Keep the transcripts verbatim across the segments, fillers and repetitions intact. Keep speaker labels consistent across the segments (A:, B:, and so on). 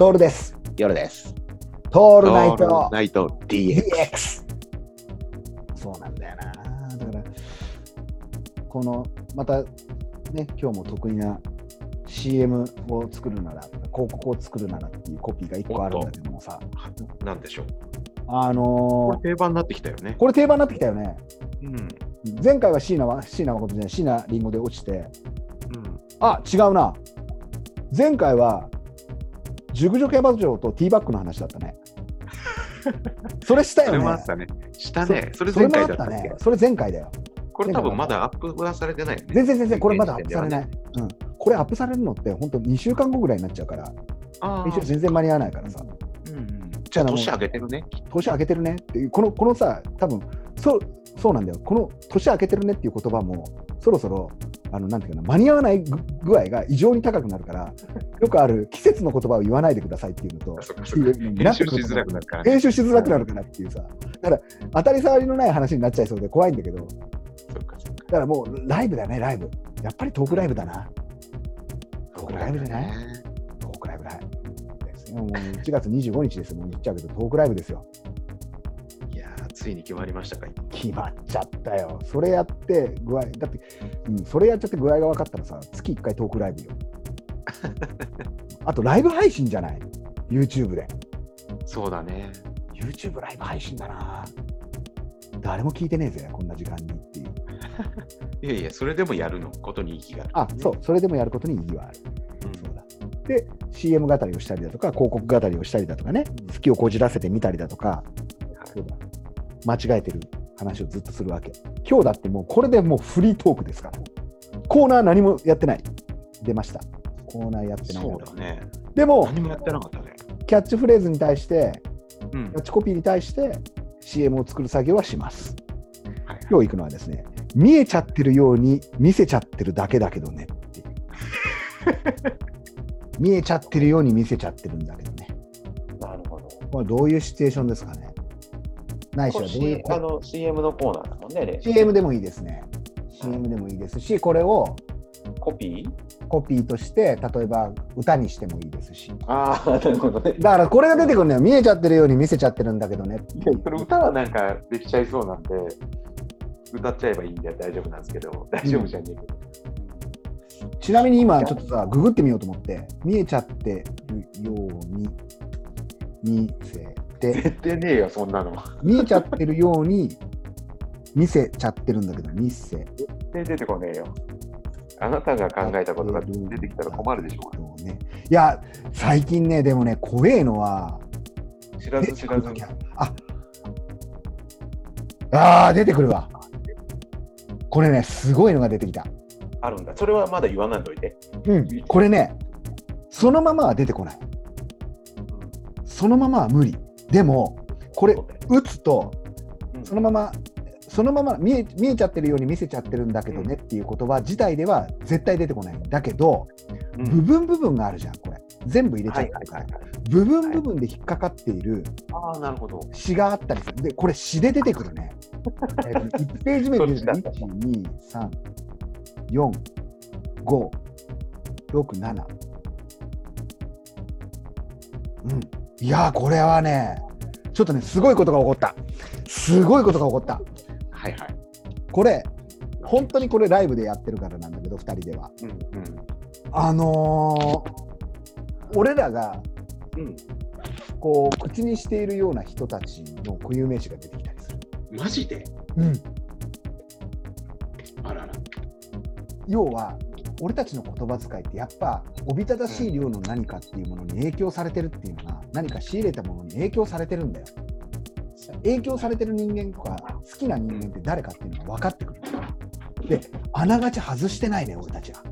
A: トールです。
B: 夜です。
A: トールナイト
B: ナイト ディーエックス。
A: ディーエックス そうなんだよな。だからこのまたね、今日も得意な シーエム を作るなら、広告を作るならっていうコピーがいっこあるんだけどもさ、
B: なんでしょう。
A: あのー、
B: これ定番になってきたよね。
A: これ定番になってきたよね。
B: うん、
A: 前回は椎名は椎名誠じゃない、椎名林檎で落ちて、
B: うん、
A: あ、違うな。前回は熟女競馬場とティーバッグの話だったね。それしたよね。
B: それもあったね。したね。それ
A: 前回だったね。それ前回だよ。
B: これ多分まだアップはされてないよね。
A: 全然全然これまだアップされない。うん。これアップされるのって本当にしゅうかんごぐらいになっちゃうから、編集全然間に合わないからさ。
B: うんうん。じゃあ年上げてるね。
A: 年上げてるねっていう、このこのさ、多分そうそうなんだよ。この年明けてるねっていう言葉もそろそろあのなんていうかな、間に合わない具合が異常に高くなるから、よくある季節の言葉を言わないでくださいっていうのと、
B: 編集しづらくなるから、
A: 編集しづらくなるからっていうさ、だから当たり障りのない話になっちゃいそうで怖いんだけど、だからもうライブだね、ライブ。やっぱりトークライブだな。トークライブじゃない？トークライブだ。もういちがつにじゅうごにちです。もう言っちゃうけど、トークライブですよ。
B: いやー、ついに決まりましたか。
A: 決まっちゃったよ。それやって具合、だって、うん、それやっちゃって具合が分かったらさ、月いっかいトークライブよ。あとライブ配信じゃない？ YouTube で。
B: そうだね。
A: YouTube ライブ配信だな。誰も聞いてねえぜ、こんな時間にっていう。
B: いやいや、それでもやるのことに意義がある、ね。
A: あ、そう、それでもやることに意義はある。うん、そうだ。で、シーエム 語りをしたりだとか、広告語りをしたりだとかね、好きをこじらせてみたりだとか、そうだ、間違えてる話をずっとするわけ。今日だってもうこれでもうフリートークですから。コーナー何もやってない。出ました。コーナーやってない。
B: そうだね。
A: でも、
B: 何もやってなかったね。
A: キャッチフレーズに対して、
B: うん、
A: キャッチコピーに対して シーエム を作る作業はします。はい、今日行くのはですね、見えちゃってるように見せちゃってるだけだけどねっていう。見えちゃってるように見せちゃってるんだけどね。
C: なるほど。
A: これどういうシチュエーションですかね。ないしはどういう、
C: あの シーエム のコーナーだもんね。
A: シーエム でもいいですね。シーエム でもいいですし、これを
C: コピー
A: コピーとして例えば歌にしてもいいですし。
C: ああ、なるほどね。
A: だからこれが出てくるのよ。見えちゃってるように見せちゃってるんだけどね。
C: いや、それ歌はなんかできちゃいそうなんで、歌っちゃえばいいんで大丈夫なんですけど、大丈夫じゃねえけど。
A: うん、ちなみに今ちょっとさ、ググってみようと思って、見えちゃってるように見せて。
C: 絶対ねえよ、そんなの。
A: 見えちゃってるように見せちゃってるんだけど、見せ。
C: 絶対出てこねえよ。あなたが考えたことが出てきたら困るでしょう、
A: ね。いや、最近ね、でもね、怖えのは、
C: 知らず知らずに。
A: ああー、出てくるわ。これね、すごいのが出てきた。
C: あるんだ。それはまだ言わないといて。
A: うん、これね、そのままは出てこない。うん、そのままは無理。でも、これ、打つと、そのまま、そのまま見え、見えちゃってるように見せちゃってるんだけどねっていう言葉自体では絶対出てこないんだけど、うん、部分部分があるじゃん、これ。全部入れちゃってるから。部分部分で引っかかっている詩があったりする。で、これ詩で出てくるね。えー、いちページ目で出てくる。いち、に、さん、よん、ご、ろく、なな。うん。いやー、これはね、ちょっとね、すごいことが起こった。すごいことが起こった。
B: はいはい。
A: これ、本当にこれライブでやってるからなんだけど、ふたりでは。うんうん、あのー、俺らが、うん、こう、口にしているような人たちの固有名詞が出てきたりする。
B: マジで？
A: うん。
B: あらら。
A: 要は、俺たちの言葉遣いってやっぱおびただしい量の何かっていうものに影響されてるっていうのが、何か仕入れたものに影響されてるんだよ。影響されてる人間とか好きな人間って誰かっていうのが分かってくる。で、あながち外してないね、俺たちは。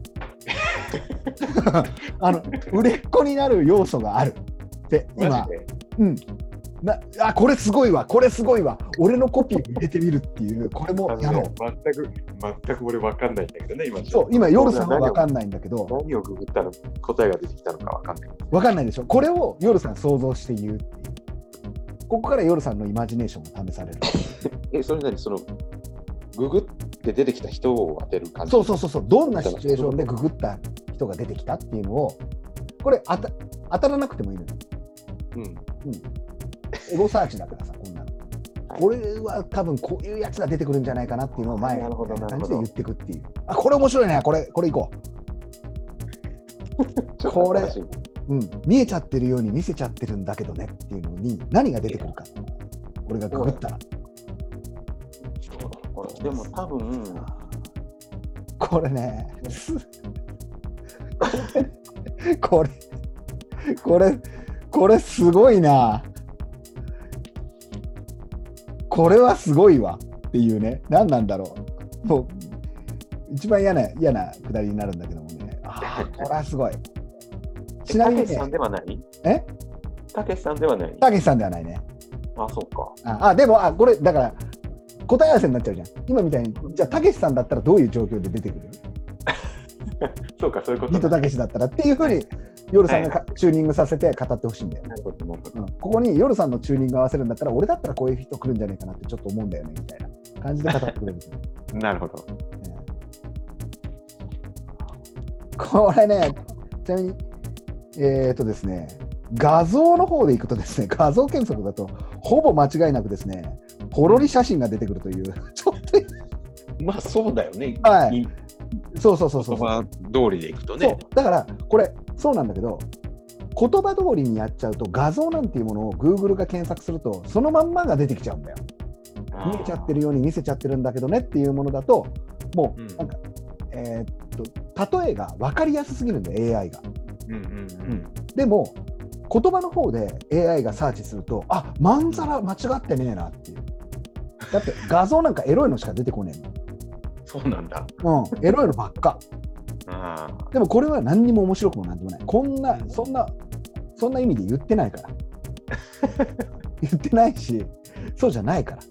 A: あの売れっ子になる要素があるって今、うん、なあ、これすごいわ、これすごいわ、俺のコピー入れてみるっていう、これもやろう。
C: 全く全く俺分かんないんだけどね、今。
A: そう、今夜さんは分かんないんだけど、
C: 何をググったら答えが出てきたのか分かんない。
A: 分かんないでしょ。これを夜さん想像して言うっていう。ここから夜さんのイマジネーションが試される。
C: え、それ何、そのググって出てきた人を当てる感じ？
A: そうそうそうそう。どんなシチュエーションでググった人が出てきたっていうのを、これ当た当たらなくてもいいのよ。
C: うん。
A: うん。エゴサーチだからさ、こんなの。これは多分こういうやつが出てくるんじゃないかなっていうのを前
C: なるほど
A: みたいな
C: なるほど
A: 感じで言ってくっていう。あ、これ面白いね。これ、これいこ
C: ちょっと
A: これ
C: 新しい。
A: う。うん。見えちゃってるように見せちゃってるんだけどねっていうのに何が出てくるか。俺がググったら。
C: そうだこれでも多分、
A: これね。これ、これ、これすごいな。これはすごいわっていうね。何なんだろう。もう、一番嫌な、嫌なくだりになるんだけどもね。ああ、これはすごい。ちなみにね
C: たけしさん、ではない
A: え
C: たけしさんではない
A: たけしさんではないね。
C: あ、そうか。
A: あ、あでも、あ、これ、だから、答え合わせになっちゃうじゃん。今みたいに、じゃあ、たけしさんだったらどういう状況で出てくる？
C: そうか、そういうこと
A: ビートたけしだったらっていうふうに、夜さんがか、
C: は
A: チューニングさせて語ってほしいんだよ。
C: なるほど、なるほど。
A: うん、ここに夜さんのチューニング合わせるんだったら、俺だったらこういう人来るんじゃないかなってちょっと思うんだよね、みたいな感じで語ってくれるんですよ。
C: なるほど。
A: これね、ちなみに、えっとですね、画像の方でいくとですね、画像検索だと、ほぼ間違いなくですね、ポロリ写真が出てくるという、ちょっと、
B: まあそうだよね。
A: はい
B: い
A: そうそうそうそう
B: 言葉通りでいくと
A: そう
B: ね。
A: だからこれそうなんだけど、言葉通りにやっちゃうと画像なんていうものを Google が検索するとそのまんまが出てきちゃうんだよ。見えちゃってるように見せちゃってるんだけどねっていうものだともうなんか、うん、えー、っと例えが分かりやすすぎるんだよ エーアイ が、
B: うんうんうん、
A: でも言葉の方で エーアイ がサーチするとあまんざら間違ってねえなっていう。だって画像なんかエロいのしか出てこねえの。
B: そうなんだ。
A: うん、エロいのばっか。
B: あ
A: でもこれは何にも面白くもなんでもない。こんな、そんな、そんな意味で言ってないから。言ってないし、そうじゃないから。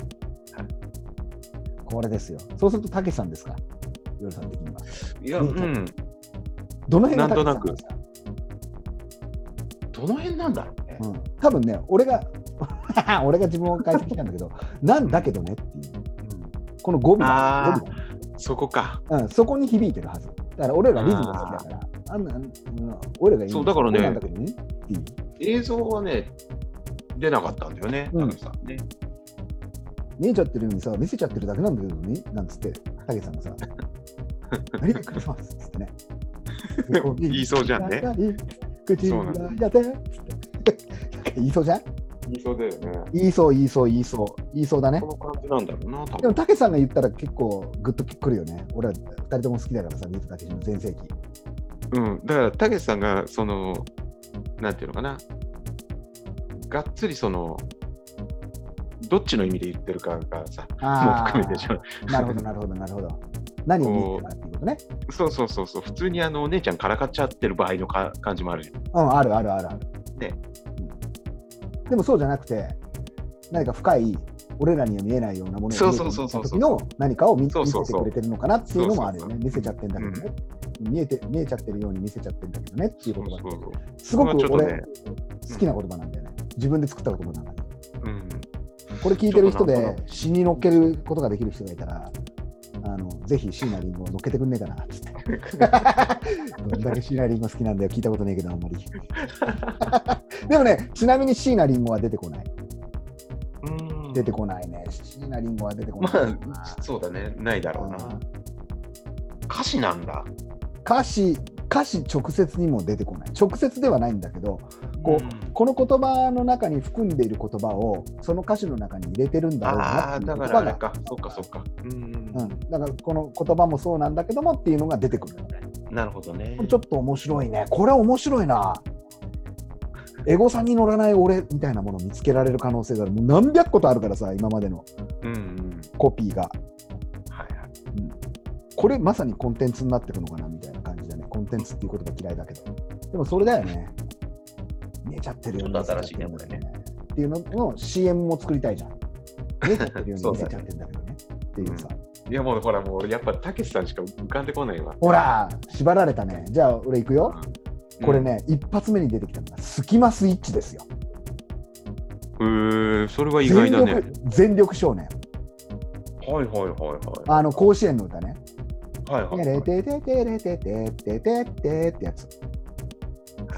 A: これですよ。そうすると、たけしさんですか、夜さん的には。
B: いや、うん。
A: どの辺がたけしさんですか？
B: どの辺なんだろうね。
A: うん、多分ね、俺が、俺が自分を解析したんだけど、なんだけどねっていう。この語尾が、語尾が
B: そこか、
A: うん、そこに響いてるはず。だから俺らがリズムが好きだから、あんな、うん、俺らがいい
B: そうだからね、
A: なんだけどねっていう。
B: 映像はね、出なかったんだよね、
A: うん、
B: たけしさんね。
A: 見えちゃってるようにさ、見せちゃってるだけなんだけどね、なんつって、たけしさんがさ、メリークリスマスっつってね。
B: 言いそうじゃんね。
A: 口がやってっつって。言いそうじゃん？
C: 言いそうだよね。
A: 言いそう、言いそう、言いそう、言いそうだね。
B: この感じなんだろうな、多分。
A: でも、たけしさんが言ったら結構グッとくるよね。俺はふたりとも好きだからさ、ビートたけしの全盛期。
B: うん、だから、たけしさんが、その、なんていうのかな、がっつりその、どっちの意味で言ってるかがさ、もう含めてしまう。
A: なるほど、なるほど、なるほど。何を見てるかっていうことね。
B: そうそうそうそう、普通にあのお姉ちゃんからかっちゃってる場合のか感じもあるじ
A: ゃん。うん、あるあるあるある。
B: ね、
A: うん。でもそうじゃなくて、何か深い、俺らには見えないようなものを見せた時の何かを見せてくれてるのかなっていうのもあるよね。見せちゃってんだけどね。うん、見えて、見えちゃってるように見せちゃってんだけどねっていう言葉ってすごく俺、ね、好きな言葉なんだよね。自分で作った言葉なんだけど。うん、これ聞いてる人で詩に乗っけることができる人がいたら、あのぜひ椎名林檎を乗っけてくんねえかなっつってどんだけ椎名林檎好きなんだよ、聞いたことねえけどあんまりでもね、ちなみに椎名林檎は出てこない。うん出てこないね。椎名林檎は出てこない。
B: まあそうだね、ないだろうな。歌詞なんだ。
A: 歌詞歌詞直接にも出てこない。直接ではないんだけど、こう、うん、この言葉の中に含んでいる言葉をその歌詞の中に入れてるんだろうなっていう言葉が。ああ、だからあれか、そっかそっか。うん、うん、だからこの言葉もそうなんだけどもっていうのが出てくる。
B: なるほどね。
A: ちょっと面白いね。これ面白いな。エゴさんに乗らない俺みたいなものを見つけられる可能性がある。もう何百個とあるからさ、今までのコピーが。うんうん、はいはい。うん、これまさにコンテンツになってるのかなみたいな感じだね。コンテンツっていう言葉嫌いだけど。でもそれだよね。見えちゃってるように
B: 新しいね、これね。
A: っていうのの シーエム も作りたいじゃん。見えちゃってるように見せちゃってるんだけどね。っていうさ。
B: うん、いやもうほら、もうやっぱたけしさんしか浮かんでこないわ。
A: ほら、縛られたね。じゃあ俺行くよ。うん、これね、一発目に出てきたのがスキマスイッチですよ。
B: へー、それは意外だね。
A: 全力、全力少年。
B: はいはいはいはい。
A: あの甲子園の歌ね。
B: はいはい、はい。
A: テレテテテレテテテテテってやつ。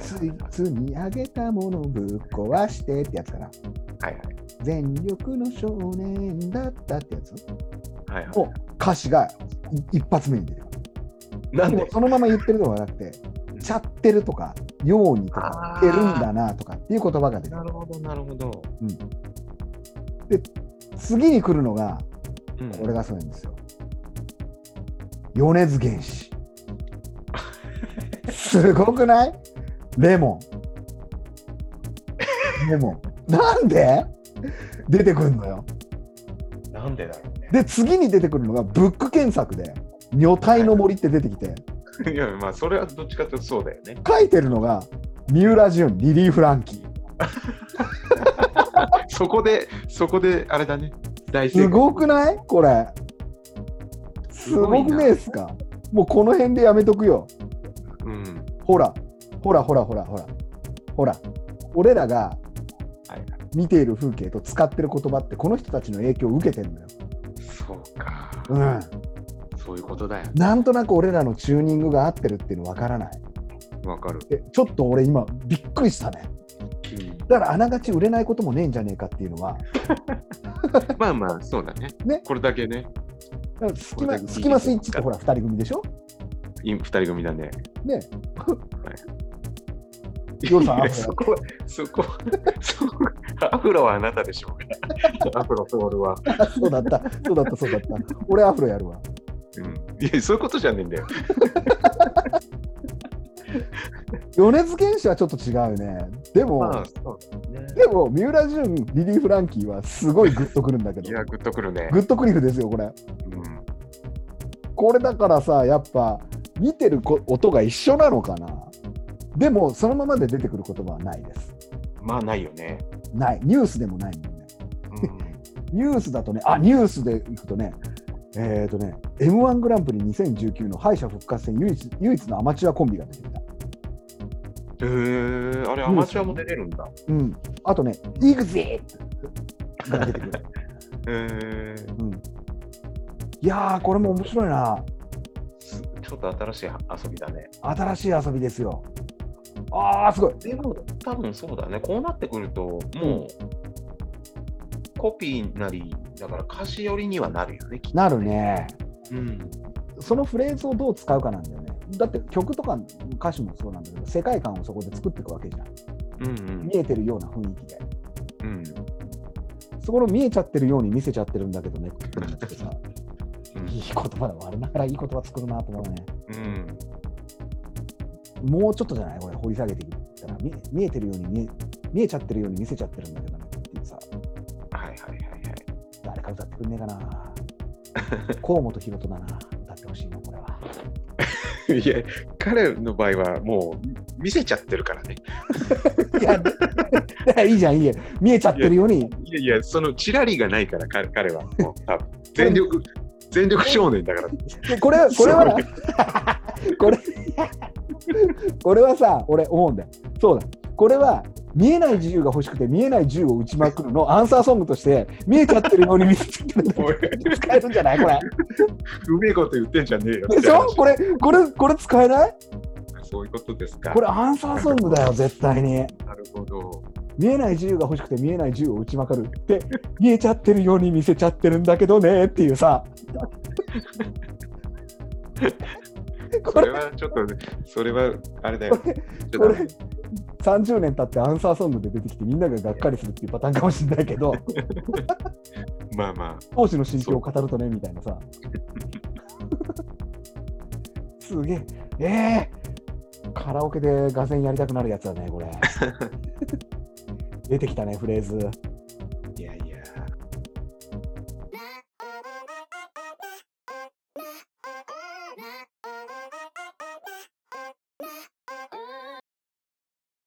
A: つい積み上げたものぶっ壊してってやつかな。
B: はいはい。
A: 全力の少年だったってやつ
B: はいはい。
A: を歌詞がい一発目に出てくる。
B: なんで
A: でもそのまま言ってるのがなくて、ちゃってるとか、ようにとか、てるんだなとかっていう言葉が出てくる。
B: なるほど、なるほど。
A: うん、で、次に来るのが、
B: うん、
A: これがそうなんですよ。米津玄師。すごくない？レモン。レモン。なんで出てくるのよ。
B: なんでだろうね。
A: で、次に出てくるのがブック検索で、女体の森って出てきて、
B: いや、まあ、それはどっちかというとそうだよね。
A: 書いてるのが、三浦淳、リリー・フランキー。
B: そこで、そこで、あれだね。大成功。
A: すごくないこれ。すごくねえっすか。もうこの辺でやめとくよ。
B: うん。
A: ほら、ほらほらほらほら。ほら、俺らが見ている風景と使ってる言葉ってこの人たちの影響を受けてるのよ。
B: そうか。
A: うん。
B: そういうことだよ。
A: なんとなく俺らのチューニングが合ってるっていうの分からない。
B: わかる。
A: え、ちょっと俺今びっくりしたね。だからあながち売れないこともねえんじゃねえかっていうのは。
B: まあまあ、そうだね。
A: ね。
B: これだけね。
A: スキマ、スキマスイッチってほらふたり組でしょ。
B: ふたり組だね。
A: ね。
B: いやそこは、そこは、そこアフロはあなたでしょうが。アフロソウルは。
A: そうだった、そうだった、そうだった。俺アフロやるわ。
B: うん。いや、そういうことじゃねえんだよ。
A: 米津玄師はちょっと違うね。でも、まあそうね、でも三浦淳、リリー・フランキーはすごいグッとくるんだけど。
B: いや、グッとくるね。
A: グッとクリフですよ、これ。うん、これだからさ、やっぱ見てる音が一緒なのかな。でも、そのままで出てくる言葉はないです。
B: まあ、ないよね。
A: ない。ニュースでもないもんね。うん、ニュースだとね、あ、ニュースでいくとね、えっとね、エムワン グランプリにせんじゅうきゅうの敗者復活戦唯一、唯一のアマチュアコンビが出てきた。
B: へえー、あれアマチュアも出れるんだ。
A: うん。あとね、イグゼーが出てくる。
B: へえー。うん。
A: いやー、これも面白いな。
B: ちょっと新しい遊びだね。
A: 新しい遊びですよ。あー、すごい。
B: でも、多分そうだね。こうなってくると、もう、うん、コピーなり、だから歌詞寄りにはなるよね。
A: なるね。
B: うん。
A: そのフレーズをどう使うかなんだよね。だって曲とか歌詞もそうなんだけど、世界観をそこで作っていくわけじゃん。うんうん、見えてるような雰囲気で。うん、そこの見えちゃってるように見せちゃってるんだけどねって思ってさ、うん、いい言葉だわ。あれだからいい言葉作るなと思うね。うん、もうちょっとじゃないこれ掘り下げていったら 見, 見えてるように見え見えちゃってるように見せちゃってるんだけどねっていうさ。
B: はいはいはいはい。
A: 誰か歌ってくんねえかな。河本大翔だな。歌ってほしいなこれは。
B: いや、彼の場合はもう見せちゃってるからね。
A: いや、いいじゃん、いいや。見えちゃってるように。
B: いやいや、そのチラリがないから、彼, 彼は。もう多分全力、全力少年だから。
A: これ、これは、これ、これはさ、俺思うんだよ。そうだ。これは、見えない自由が欲しくて見えない銃を撃ちまくるのアンサーソングとして見えちゃってるように見せちゃってる使えるんじゃないこれ。
B: うめえこと言ってんじゃねえよ。
A: でしょこれ、これ、これ使えない？
B: そういうことですか。
A: これアンサーソングだよ、絶対に。
B: なるほど。
A: 見えない自由が欲しくて見えない銃を撃ちまくるって見えちゃってるように見せちゃってるんだけどねっていうさ。
B: それはちょっと、それはあれだよ。
A: これさんじゅうねん経ってアンサーソングで出てきてみんなががっかりするっていうパターンかもしれないけど
B: まあまあ
A: 当時の心境を語るとねみたいなさすげええー、カラオケでがぜんやりたくなるやつだねこれ出てきたねフレーズ。